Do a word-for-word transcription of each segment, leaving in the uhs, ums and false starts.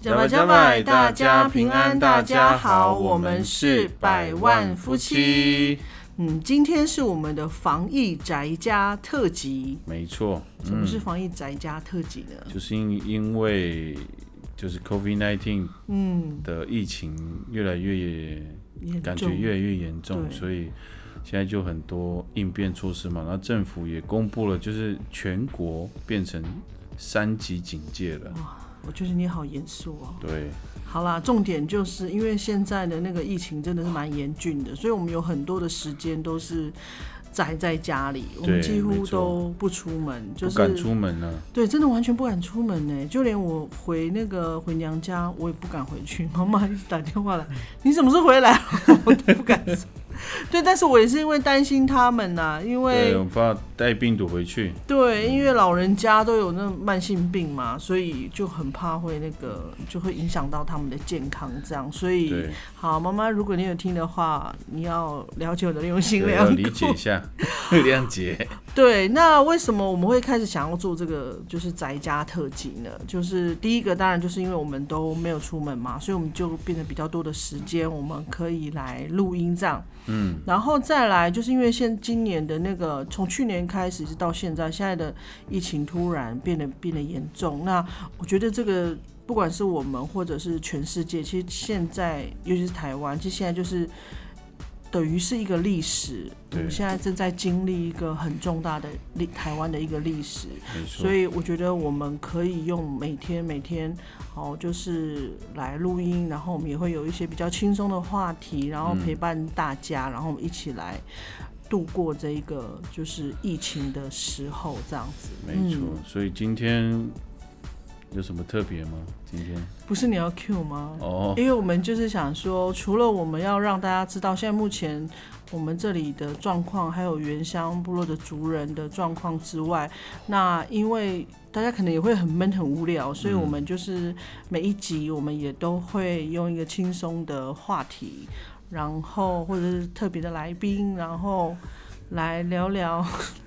加拜加拜，大家平安，大家好，我们是百万夫妻。嗯，今天是我们的防疫宅家特辑。 没错， 什么是防疫宅家特辑呢？ 嗯、就是因因为就是 COVID 十九 的疫情越来越、嗯、感觉越来越严重，所以现在就很多应变措施嘛。然后政府也公布了，就是全国变成三级警戒了。 哇，我觉得你好严肃哦。 对。 好啦，重点就是因为现在的那个疫情真的是蛮严峻的，所以我们有很多的时间都是宅在家里，我们几乎都不出门，就是不敢出门啊。 对，真的完全不敢出门呢，就连我回那个回娘家，我也不敢回去。妈妈一直打电话来，你什么时候回来？我都不敢说。对，但是我也是因为担心他们呐、啊，因为对我怕带病毒回去。 对，因为老人家都有那种慢性病嘛，所以就很怕会那个，就会影响到他们的健康，这样。所以，好，妈妈，如果你有听的话，你要了解我的用心良苦， 要理解一下，谅解。 对，那为什么我们会开始想要做这个就是宅家特辑呢？就是第一个，当然就是因为我们都没有出门嘛，所以我们就变得比较多的时间，我们可以来录音这样。嗯，然后再来就是因为现今年的那个从去年开始一直到现在，现在的疫情突然变得变得严重，那我觉得这个不管是我们或者是全世界，其实现在尤其是台湾，其实现在就是等于是一个历史，我们现在正在经历一个很重大的台湾的一个历史，所以我觉得我们可以用每天每天好就是来录音，然后我们也会有一些比较轻松的话题，然后陪伴大家，嗯、然后我们一起来度过这一个就是疫情的时候，这样子。 没错，嗯、所以今天有什么特别吗？今天不是你要 Q 吗？ 哦， 因为我们就是想说，除了我们要让大家知道现在目前我们这里的状况，还有原乡部落的族人的状况之外，那因为大家可能也会很闷很无聊，所以我们就是每一集我们也都会用一个轻松的话题，然后或者是特别的来宾，然后来聊聊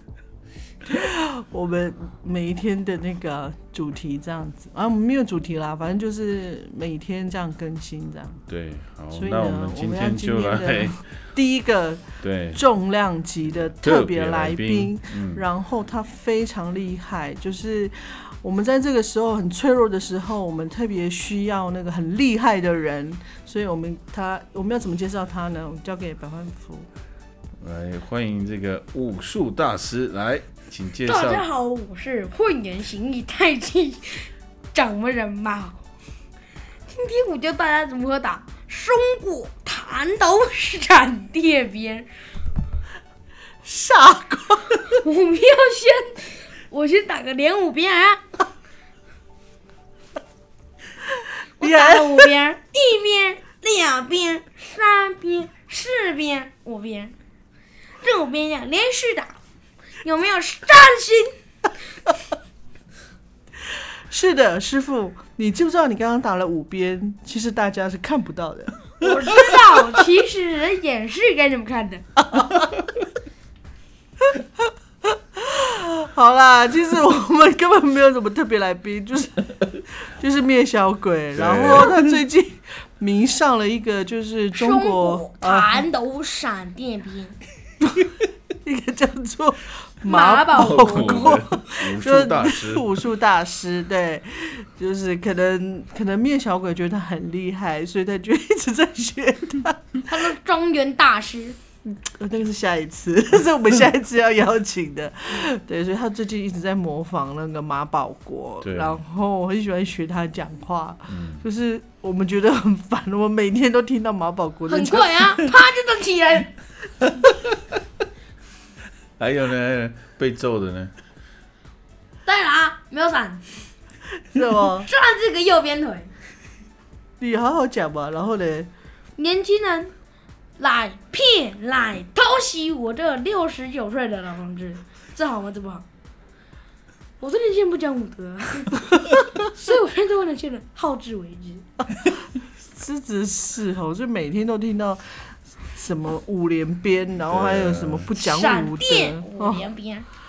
我们每一天的那个主题这样子啊，我们没有主题啦，反正就是每天这样更新这样。 对，好， 所以呢， 那我们今天就来第一个对重量级的特别来宾， 嗯、 然后他非常厉害，就是我们在这个时候很脆弱的时候，我们特别需要那个很厉害的人，所以我们他我们要怎么介绍他呢？我们交给百万夫。 来欢迎这个武术大师来。请介绍。 大家好，我是混元形意太极掌门人马。今天我教大家如何打松果弹头闪电鞭。 傻瓜！ 我们要先，我先打个连五鞭啊！我打了五鞭，一鞭、两鞭、三鞭、四鞭、五鞭，这五鞭要连续打。有没有善心？ 是的，师父，你知不知道你刚刚打了五鞭？其实大家是看不到的。 我知道，其实人演示给你们看的。 好啦，其实我们根本没有什么特别来宾，就是就是灭小鬼，然后他最近迷上了一个就是中国弹头闪电鞭。 一个叫做马保国武术大师， 武术大师，对，就是可能可能灭小鬼觉得他很厉害，所以他就一直在学他。 他是中原大师， 那个是下一次，是我们下一次要邀请的。对，所以他最近一直在模仿那个马保国，然后我很喜欢学他讲话，嗯、就是我们觉得很烦，我们每天都听到马保国很快啊，啪就能起来。 还有呢，被揍的呢？ 对啦，没有闪， 是吗？ 算这个右边腿。 你好好讲吧，然后呢？ 年轻人来骗来偷袭我这六十九岁的老同志，这好吗？这不好。我对年轻人不讲武德、啊，所以我现在对年轻人好自为之。 这只是哦，就每天都听到什么五连鞭，然后还有什么不讲武德， 闪电五连鞭。 哦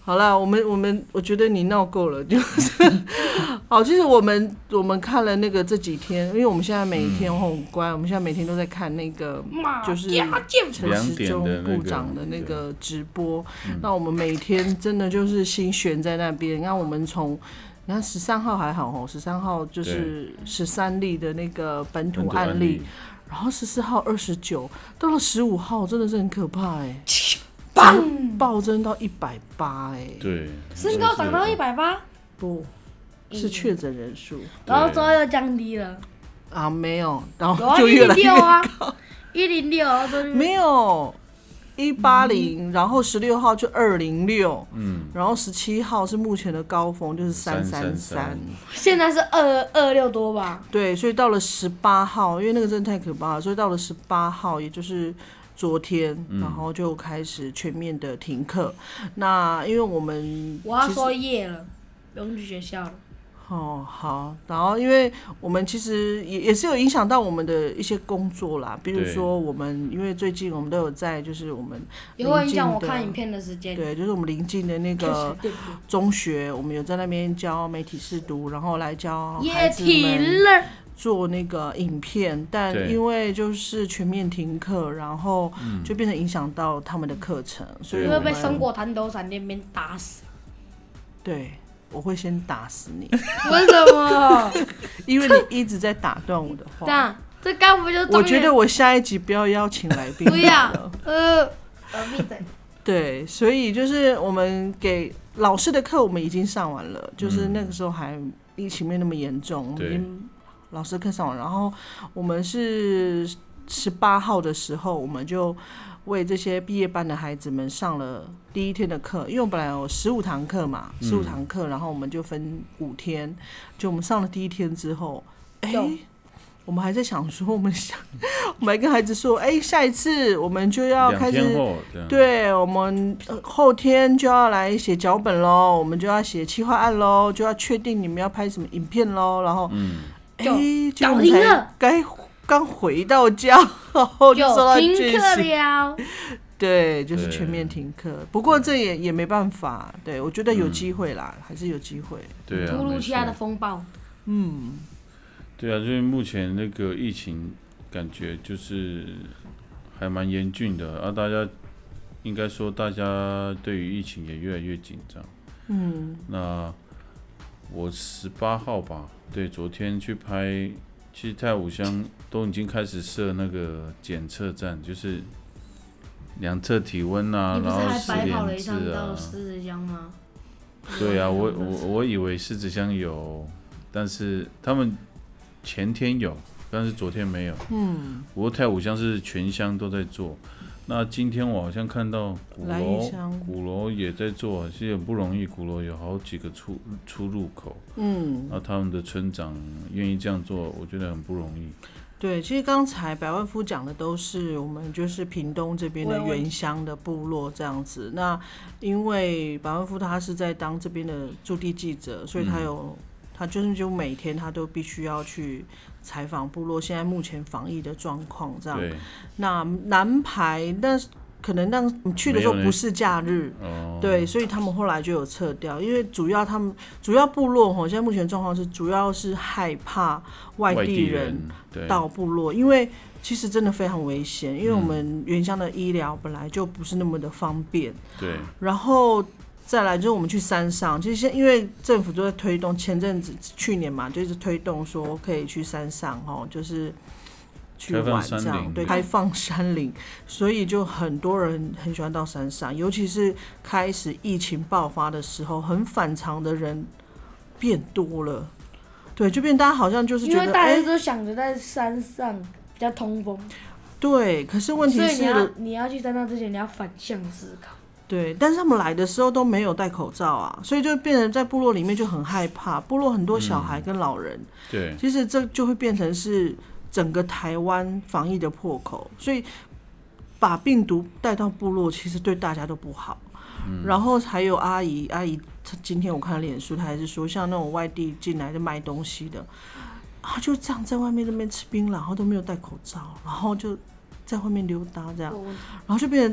好啦，我们我们我觉得你闹够了，就是好。其实我们我们看了那个这几天，因为我们现在每一天很乖，嗯、我们现在每天都在看那个就是陈时中部长的那个直播。嗯、那我们每天真的就是心悬在那边。你看我们从你看十三号还好哦，十三号就是十三例的那个本土案例，然后十四号二十九，到了十五号真的是很可怕哎、欸。暴增到一百八哎， 对， 身高涨到一百八， 不是确诊人数， 然后之后又降低了啊，没有，然后就越来越高， 一零六啊， 没有一八零，然后十六号就二零六，嗯，然后十七号是目前的高峰，就是三三三， 现在是二二六多吧？ 对，所以到了十八号，因为那个真的太可怕了，所以到了十八号，也就是昨天，然后就开始全面的停课。嗯、那因为我们我要说夜了，不用去学校了。 哦，好，然后因为我们其实也也是有影响到我们的一些工作啦，比如说我们因为最近我们都有在就是我们也会影响我看影片的时间， 对，就是我们邻近的那个中学，我们有在那边教媒体识读，然后来教孩子们做那个影片，但因为就是全面停课，然后就变成影响到他们的课程，嗯、所以会被松果弹头闪电鞭打死。 对，我会先打死你。 为什么？ 因为你一直在打断我的话。 这样，这刚不就？ 我觉得我下一集不要邀请来宾了。 不要，呃，呃，闭嘴。 对，所以就是我们给老师的课我们已经上完了，就是那个时候还疫情没那么严重，我们已经老师课上完，然后我们是十八号的时候，我们就为这些毕业班的孩子们上了第一天的课，因为我们本来有十五堂课嘛，十五堂课，然后我们就分五天，就我们上了第一天之后，哎、欸，我们还在想说，我们想，我们还跟孩子说，哎、欸，下一次我们就要开始，对，我们后天就要来写脚本咯，我们就要写企划案咯，就要确定你们要拍什么影片咯，然后，嗯。哎、欸，就我们才该刚回到家，然后就收到讯息，停课了。对，就是全面停课。不过这也也没办法，对我觉得有机会啦，嗯、还是有机会。 对啊， 突如其来的风暴。 嗯， 对啊，就是目前那个疫情感觉就是还蛮严峻的啊，大家应该说大家对于疫情也越来越紧张。嗯，那我十八号吧。对，昨天去拍，其实太武乡都已经开始设那个检测站，就是量测体温啊，然后实联制啊。你不是还白跑了一趟到狮子乡吗？对啊，我我我以为狮子乡有，但是他们前天有，但是昨天没有。嗯。不过太武乡是全乡都在做。那今天我好像看到鼓楼，鼓楼也在做，其实很不容易。鼓楼有好几个出出入口，嗯，那他们的村长愿意这样做，我觉得很不容易。 对，其实刚才百万夫讲的都是我们就是屏东这边的原乡的部落这样子。那因为百万夫他是在当这边的驻地记者，所以他有、嗯、他就是就每天他都必须要去采访部落现在目前防疫的状况这样。那南排那可能让你去的时候不是假日，哦、对，所以他们后来就有撤掉，因为主要他们主要部落吼，现在目前状况是主要是害怕外地人到部落，因为其实真的非常危险，因为我们原乡的医疗本来就不是那么的方便， 对， 然后再来就是我们去山上，其实因为政府都在推动，前阵子去年嘛，就一直推动说可以去山上吼，就是去玩这样，对，开放山林，所以就很多人很喜欢到山上，尤其是开始疫情爆发的时候，很反常的人变多了，对，就变大家好像就是觉得， 因为大家都想着在山上比较通风， 对，可是问题是， 所以你要你要去山上之前，你要反向思考。 对，但是他们来的时候都没有戴口罩啊，所以就变成在部落里面就很害怕。部落很多小孩跟老人，嗯、 对， 其实这就会变成是整个台湾防疫的破口，所以把病毒带到部落，其实对大家都不好。嗯、然后还有阿姨，阿姨今天我看脸书，她还是说，像那种外地进来的卖东西的，啊，就这样在外面那边吃槟榔，然后都没有戴口罩，然后就在外面溜达这样，然后就变成。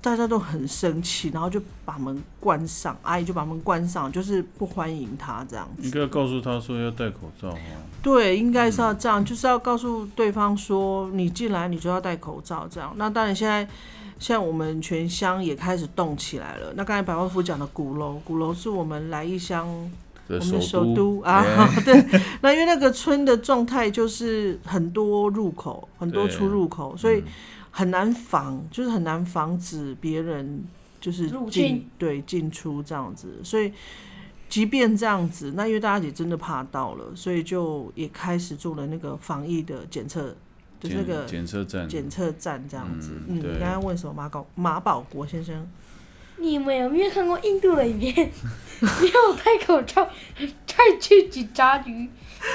大家都很生气，然后就把门关上，阿姨就把门关上，就是不欢迎他这样子。 应该要告诉他说要戴口罩哦。 对，应该是要这样，嗯、就是要告诉对方说，你进来你就要戴口罩这样。那当然现在。像我们全乡也开始动起来了。那刚才百万夫讲的鼓楼，鼓楼是我们来义乡我们的首都啊，对。那因为那个村的状态就是很多入口，很多出入口，所以很难防，就是很难防止别人就是进对进出这样子。所以即便这样子，那因为大家也真的怕到了，所以就也开始做了那个防疫的检测。就是那个检测站， 检测站这样子。嗯，嗯你刚刚问什么马宝马保国先生？ 你们有没有看过印度的影片？没有戴口罩，再去警察局。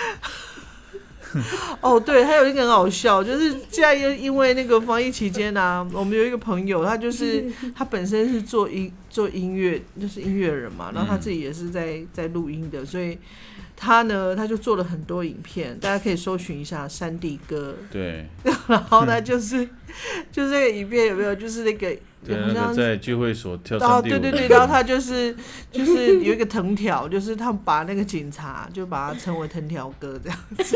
哦，对，还有一个很好笑，就是现在因为那个防疫期间啊，我们有一个朋友，他就是他本身是做音做音乐，就是音乐人嘛，然后他自己也是在在录音的，所以。他呢，他就做了很多影片，大家可以搜寻一下山地哥。 对。 然后呢，就是就是这个影片有没有？就是那个对，那个在聚会所跳山地舞。 对对对，然后他就是就是有一个藤条，就是他们把那个警察就把他称为藤条哥这样子。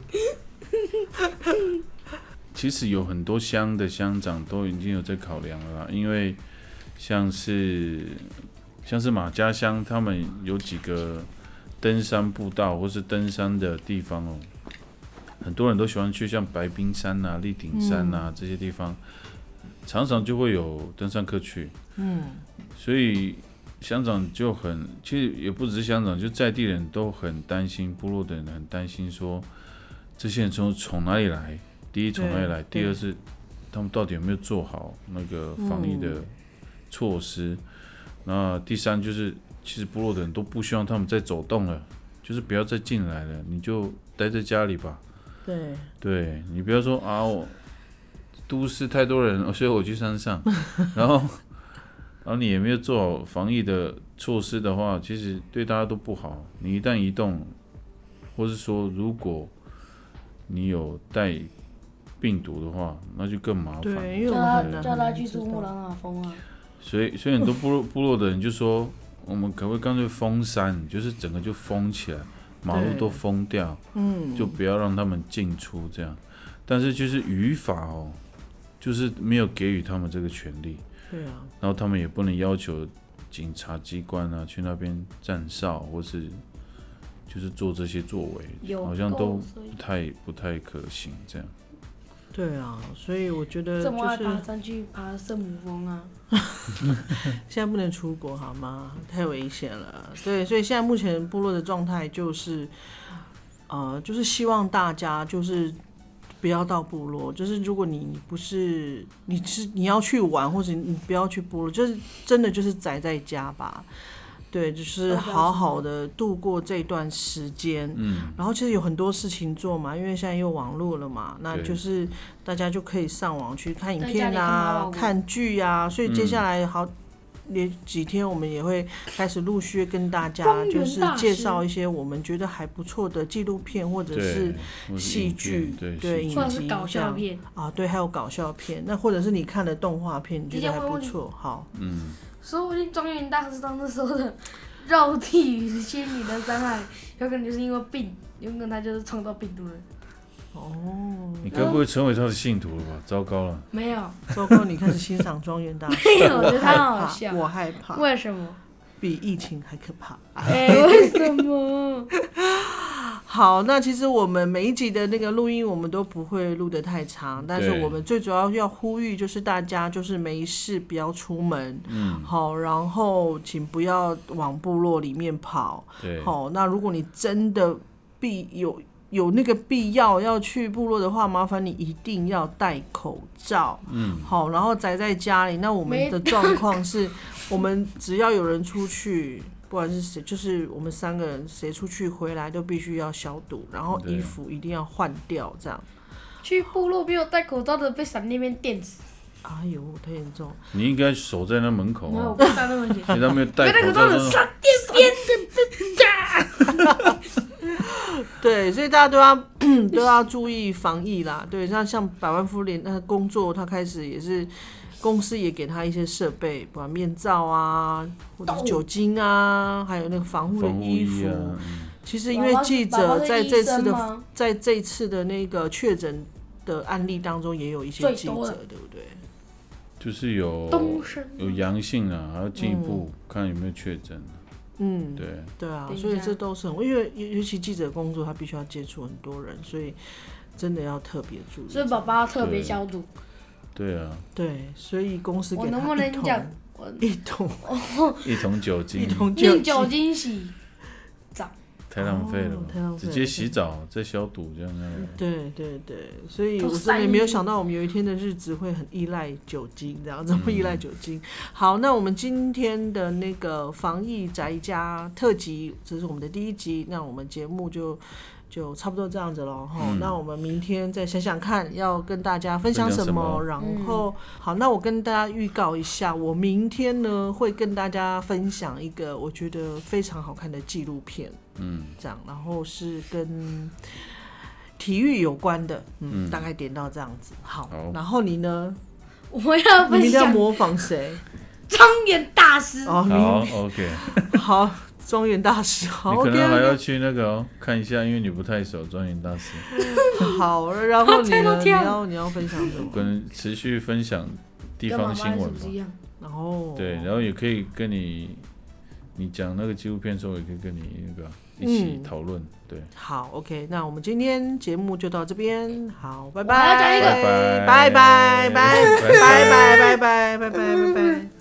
其实有很多乡的乡长都已经有在考量了啦，因为像是像是马家乡，他们有几个。登山步道或是登山的地方哦，很多人都喜欢去，像白冰山啊、立顶山啊、嗯、这些地方，常常就会有登山客去。嗯，所以乡长就很，其实也不只是乡长，就在地人都很担心，部落的人很担心说，这些人从从哪里来？第一从哪里来？第二是他们到底有没有做好那个防疫的措施？嗯、那第三就是。其实部落的人都不希望他们再走动了，就是不要再进来了，你就待在家里吧。 对， 对你不要说啊，我都市太多人，所以我去山上，然后，然后你也没有做好防疫的措施的话，其实对大家都不好。你一旦移动，或是说如果你有带病毒的话，那就更麻烦。 对，因为我很难叫他去珠穆朗玛峰啊。 所以，所以很多部落部落的人就说。我们可不可以干脆封山，就是整个就封起来，马路都封掉，嗯，就不要让他们进出这样。但是就是语法哦，就是没有给予他们这个权利， 对啊。 然后他们也不能要求警察机关啊去那边站哨，或是就是做这些作为，好像都不太不太可行这样。 对啊，所以我觉得、就是、 这么爱爬山去爬圣母峰啊！ 现在不能出国好吗？太危险了。对，所以现在目前部落的状态就是，呃，就是希望大家就是不要到部落，就是如果你不是你是你要去玩，或者你不要去部落，就是真的就是宅在家吧。对，就是好好的度过这段时间，嗯，然后其实有很多事情做嘛，因为现在有网络了嘛，那就是大家就可以上网去看影片啊、看剧啊，所以接下来好也几天我们也会开始陆续跟大家就是介绍一些我们觉得还不错的纪录片或者是戏剧，对，影集搞笑片啊，对，还有搞笑片，那或者是你看的动画片，你觉得还不错，好， 嗯。 说不定庄园大师当时说的肉体与心理的伤害，有可能就是因为病，有可能他就是创造病毒人。 哦， 你该不会成为他的信徒了吧？糟糕了， 没有， 糟糕，你开始欣赏庄园大师， 没有，我觉得他好笑， 我害怕， 为什么？ 比疫情还可怕。 哎、欸，为什么？ 好，那其实我们每一集的那个录音，我们都不会录得太长，但是我们最主要要呼吁就是大家就是没事不要出门，嗯，好，然后请不要往部落里面跑， 对， 好，那如果你真的必有有那个必要要去部落的话，麻烦你一定要戴口罩，嗯，好，然后宅在家里。那我们的状况是，我们只要有人出去。不管是谁，就是我们三个人谁出去回来都必须要消毒，然后衣服一定要换掉，这样。 去部落没有戴口罩的被闪电面电死。 哎呦，太严重！ 你应该守在那门口啊。 没有，不戴那么严。 他没有戴口罩的闪电边的。 对，所以大家都要都要注意防疫啦。对，像像百万夫连他工作，他开始也是。 公司也给他一些设备，不管面罩啊，或者是酒精啊，还有那个防护的衣服。 啊嗯、 其实因为记者在这次的在这次的那个确诊的案例当中，也有一些记者，对不对？ 就是有有阳性啊，还要进一步看有没有确诊。嗯，对对啊，所以这都是很，因为尤其记者工作，他必须要接触很多人，所以真的要特别注意。 所以爸爸要特别消毒。 对啊。 对，所以公司给他一桶， 我能不能讲一桶一桶酒精， 一桶用酒精洗澡。 太浪费了、 哦，太浪费了， 直接洗澡再消毒这样子。 对对对，所以我真的没有想到我们有一天的日子会很依赖酒精，这样这么依赖酒精。嗯、好，那我们今天的那个防疫宅家特辑，这是我们的第一集，那我们节目就就差不多这样子咯。嗯、那我们明天再想想看要跟大家分享什么，然后、嗯、好，那我跟大家预告一下，我明天呢会跟大家分享一个我觉得非常好看的纪录片。嗯，这样，然后是跟体育有关的，嗯，嗯大概点到这样子。好，好然后你呢？ 我要分享， 你一定要模仿谁？ 庄园大师。 哦，好 ，OK。 好，庄园大师。好， 你可能还要去那个、哦、看一下，因为你不太熟庄园大师。 好，然后你呢？你要你要分享什么？ 可能持续分享地方新闻吧。 然后对，然后也可以跟你。你讲那个纪录片的时候，也可以跟你那个一起讨论、嗯。对， 好 ，OK， 那我们今天节目就到这边，好，拜拜， 拜拜， 拜拜，拜拜，拜拜，拜拜，拜拜，拜拜。